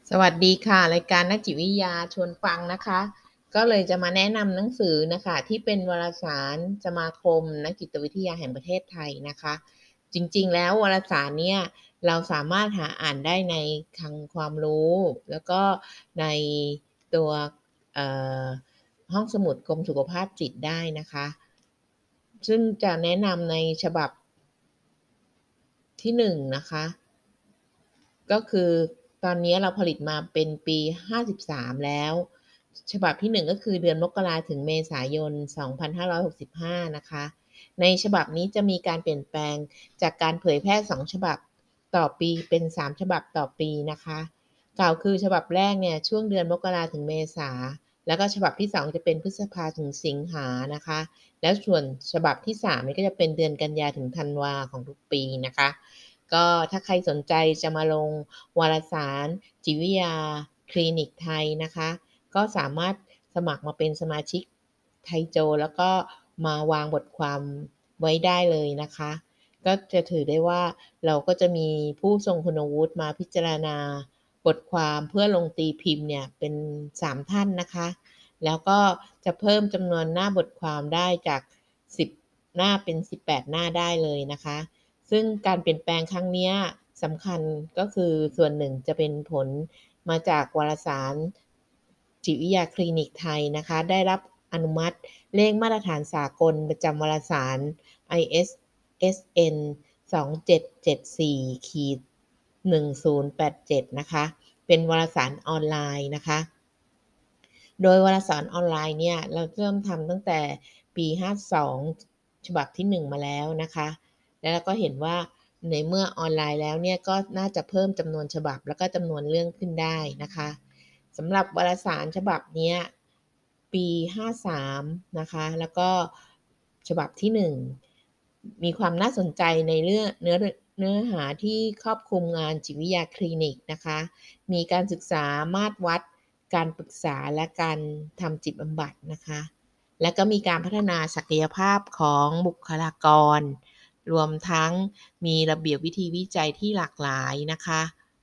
สวัสดีค่ะรายการนักจิตวิทยาชวนฟังนะคะก็เลยจะมาแนะนำหนังสือนะคะที่เป็นวารสารสมาคมนักจิตวิทยาแห่งประเทศไทยนะคะจริงๆแล้ววารสารเนี่ยเราสามารถหาอ่านได้ในคลังความรู้แล้วก็ในตัวเอ่อห้องสมุดกรมสุขภาพจิตได้นะคะซึ่งจะแนะนำในฉบับที่1นะคะก็คือตอนนี้เราผลิตมาเป็นปี53แล้วฉบับที่1ก็คือเดือนมกราถึงเมษายน2565นะคะในฉบับนี้จะมีการเปลี่ยนแปลงจากการเผยแพร่2ฉบับต่อปีเป็น3ฉบับต่อปีนะคะกล่าวคือฉบับแรกเนี่ยช่วงเดือนมกราถึงเมษาแล้วก็ฉบับที่2จะเป็นพฤษภาถึงสิงหานะคะแล้วส่วนฉบับที่3นี่ก็จะเป็นเดือนกันยาถึงธันวาของทุกปีนะคะก็ถ้าใครสนใจจะมาลงวารสารจิตวิทยาคลินิกไทยนะคะก็สามารถสมัครมาเป็นสมาชิกไทยโจแล้วก็มาวางบทความไว้ได้เลยนะคะก็จะถือได้ว่าเราก็จะมีผู้ทรงคุณวุฒิมาพิจารณาบทความเพื่อลงตีพิมพ์เนี่ยเป็น3ท่านนะคะแล้วก็จะเพิ่มจำนวนหน้าบทความได้จาก10หน้าเป็น18หน้าได้เลยนะคะซึ่งการเปลี่ยนแปลงครั้งเนี้ยสำคัญก็คือส่วนหนึ่งจะเป็นผลมาจากวารสารจิตวิทยาคลินิกไทยนะคะได้รับอนุมัติเลขมาตรฐานสากลประจำวารสาร ISSN 2774-1087นะคะเป็นวารสารออนไลน์นะคะโดยวารสารออนไลน์เนี่ยเราเริ่มทำตั้งแต่ปี52ฉบับที่1มาแล้วนะคะแล้วเราก็เห็นว่าในเมื่อออนไลน์แล้วเนี่ยก็น่าจะเพิ่มจำนวนฉบับแล้วก็จำนวนเรื่องขึ้นได้นะคะสำหรับวารสารฉบับเนี้ยปี53นะคะแล้วก็ฉบับที่1มีความน่าสนใจในเรื่องเนื้อหาที่ครอบคลุมงานจิตวิทยาคลินิกนะคะมีการศึกษามาตรวัดการปรึกษาและการทำจิตบำบัดนะคะและก็มีการพัฒนาศักยภาพของบุคลากรรวมทั้งมีระเบียบวิธีวิจัยที่หลากหลายนะคะ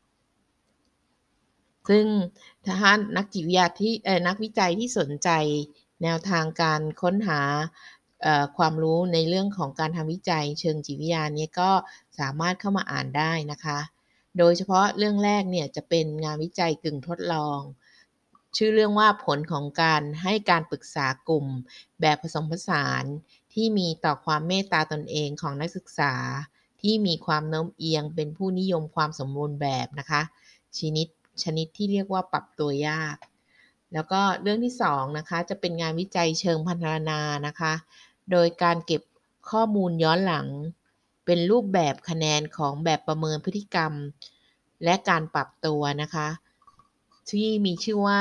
ซึ่งถ้านักจิตวิทยาที่นักวิจัยที่สนใจแนวทางการค้นหาความรู้ในเรื่องของการทำวิจัยเชิงจิตวิทยาเนี่ยก็สามารถเข้ามาอ่านได้นะคะโดยเฉพาะเรื่องแรกเนี่ยจะเป็นงานวิจัยกึ่งทดลองชื่อเรื่องว่าผลของการให้การปรึกษากลุ่มแบบผสมผสานที่มีต่อความเมตตาตนเองของนักศึกษาที่มีความโน้มเอียงเป็นผู้นิยมความสมบูรณ์แบบนะคะชนิดที่เรียกว่าปรับตัวยากแล้วก็เรื่องที่2นะคะจะเป็นงานวิจัยเชิงพัฒนานะคะโดยการเก็บข้อมูลย้อนหลังเป็นรูปแบบคะแนนของแบบประเมินพฤติกรรมและการปรับตัวนะคะที่มีชื่อว่า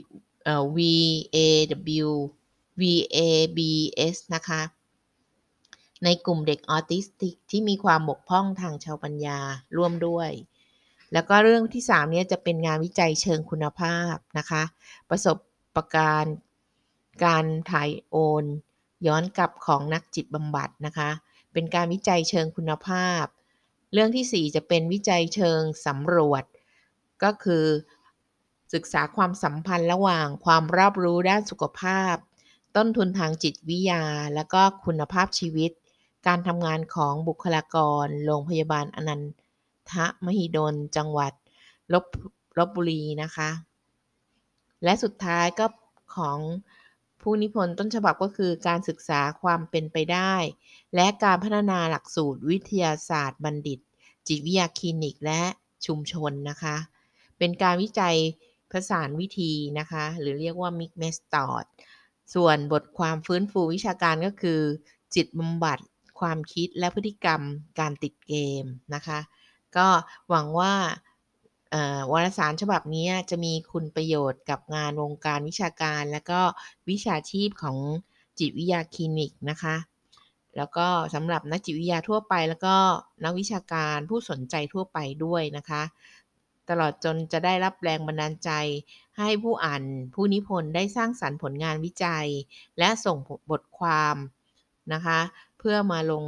VABS นะคะในกลุ่มเด็กออทิสติกที่มีความบกพร่องทางชาวปัญญาร่วมด้วยแล้วก็เรื่องที่3เนี่ยจะเป็นงานวิจัยเชิงคุณภาพนะคะประสบการณ์การถ่ายโอนย้อนกลับของนักจิตบำบัดนะคะเป็นการวิจัยเชิงคุณภาพเรื่องที่4จะเป็นวิจัยเชิงสำรวจก็คือศึกษาความสัมพันธ์ระหว่างความรอบรู้ด้านสุขภาพต้นทุนทางจิตวิทยาและก็คุณภาพชีวิตการทำงานของบุคลากรโรงพยาบาลอนันทมหิดลจังหวัดลบลบบุรีนะคะและสุดท้ายก็ของผู้นิพนธ์ต้นฉบับก็คือการศึกษาความเป็นไปได้และการพัฒนาหลักสูตรวิทยาศาสตร์บัณฑิตจิตวิทยาคลินิกและชุมชนนะคะเป็นการวิจัยผสานวิธีนะคะหรือเรียกว่า Mix Method ส่วนบทความฟื้นฟูวิชาการก็คือจิตบำบัดความคิดและพฤติกรรมการติดเกมนะคะก็หวังว่าวารสารฉบับนี้จะมีคุณประโยชน์กับงานวงการวิชาการและก็วิชาชีพของจิตวิทยาคลินิกนะคะแล้วก็สำหรับนักจิตวิทยาทั่วไปแล้วก็นักวิชาการผู้สนใจทั่วไปด้วยนะคะตลอดจนจะได้รับแรงบันดาลใจให้ผู้อ่านผู้นิพนธ์ได้สร้างสรรค์ผลงานวิจัยและส่งบทความนะคะเพื่อมาลง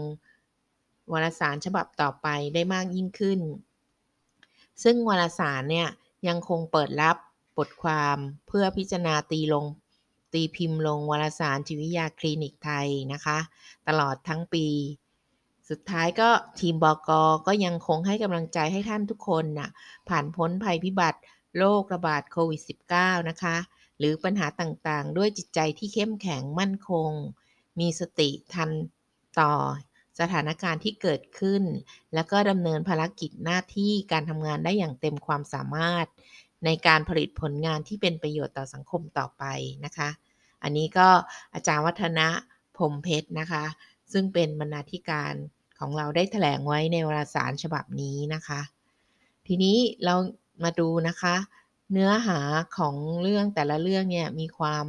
วารสารฉบับต่อไปได้มากยิ่งขึ้นซึ่งวารสารเนี่ยยังคงเปิดรับบทความเพื่อพิจารณาตีพิมพ์ลงวารสารจิตวิทยาคลินิกไทยนะคะตลอดทั้งปีสุดท้ายก็ทีมบก.ก็ยังคงให้กำลังใจให้ท่านทุกคนน่ะผ่านพ้นภัยพิบัติโรคระบาดโควิด -19 นะคะหรือปัญหาต่างๆด้วยจิตใจที่เข้มแข็งมั่นคงมีสติทันต่อสถานการณ์ที่เกิดขึ้นแล้วก็ดำเนินภารกิจหน้าที่การทำงานได้อย่างเต็มความสามารถในการผลิตผลงานที่เป็นประโยชน์ต่อสังคมต่อไปนะคะอันนี้ก็อาจารย์วัฒนะพรหมเพชรนะคะซึ่งเป็นบรรณาธิการของเราได้แถลงไว้ในวารสารฉบับนี้นะคะทีนี้เรามาดูนะคะเนื้อหาของเรื่องแต่ละเรื่องเนี่ยมีความ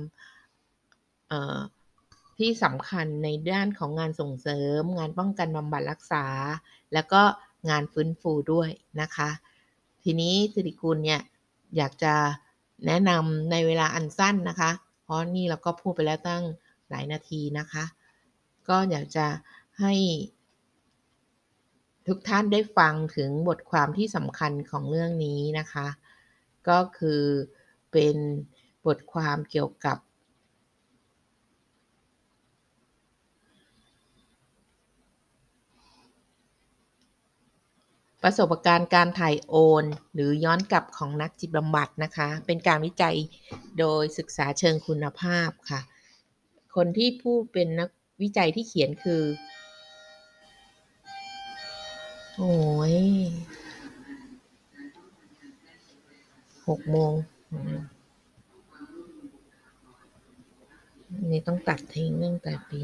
ที่สำคัญในด้านของงานส่งเสริมงานป้องกันบำบัดรักษาแล้วก็งานฟื้นฟูด้วยนะคะทีนี้สิริกุลเนี่ยอยากจะแนะนำในเวลาอันสั้นนะคะเพราะนี่เราก็พูดไปแล้วตั้งหลายนาทีนะคะก็อยากจะให้ทุกท่านได้ฟังถึงบทความที่สำคัญของเรื่องนี้นะคะก็คือเป็นบทความเกี่ยวกับประสบการณ์การถ่ายโอนหรือย้อนกลับของนักจิตบำบัดนะคะเป็นการวิจัยโดยศึกษาเชิงคุณภาพค่ะคนที่ผู้เป็นนักวิจัยที่เขียนคือโอ้ย6 โมงนี่ต้องตัดทิ้งตั้งแต่ปี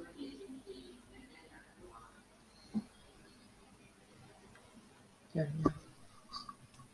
เดี๋ยวนะ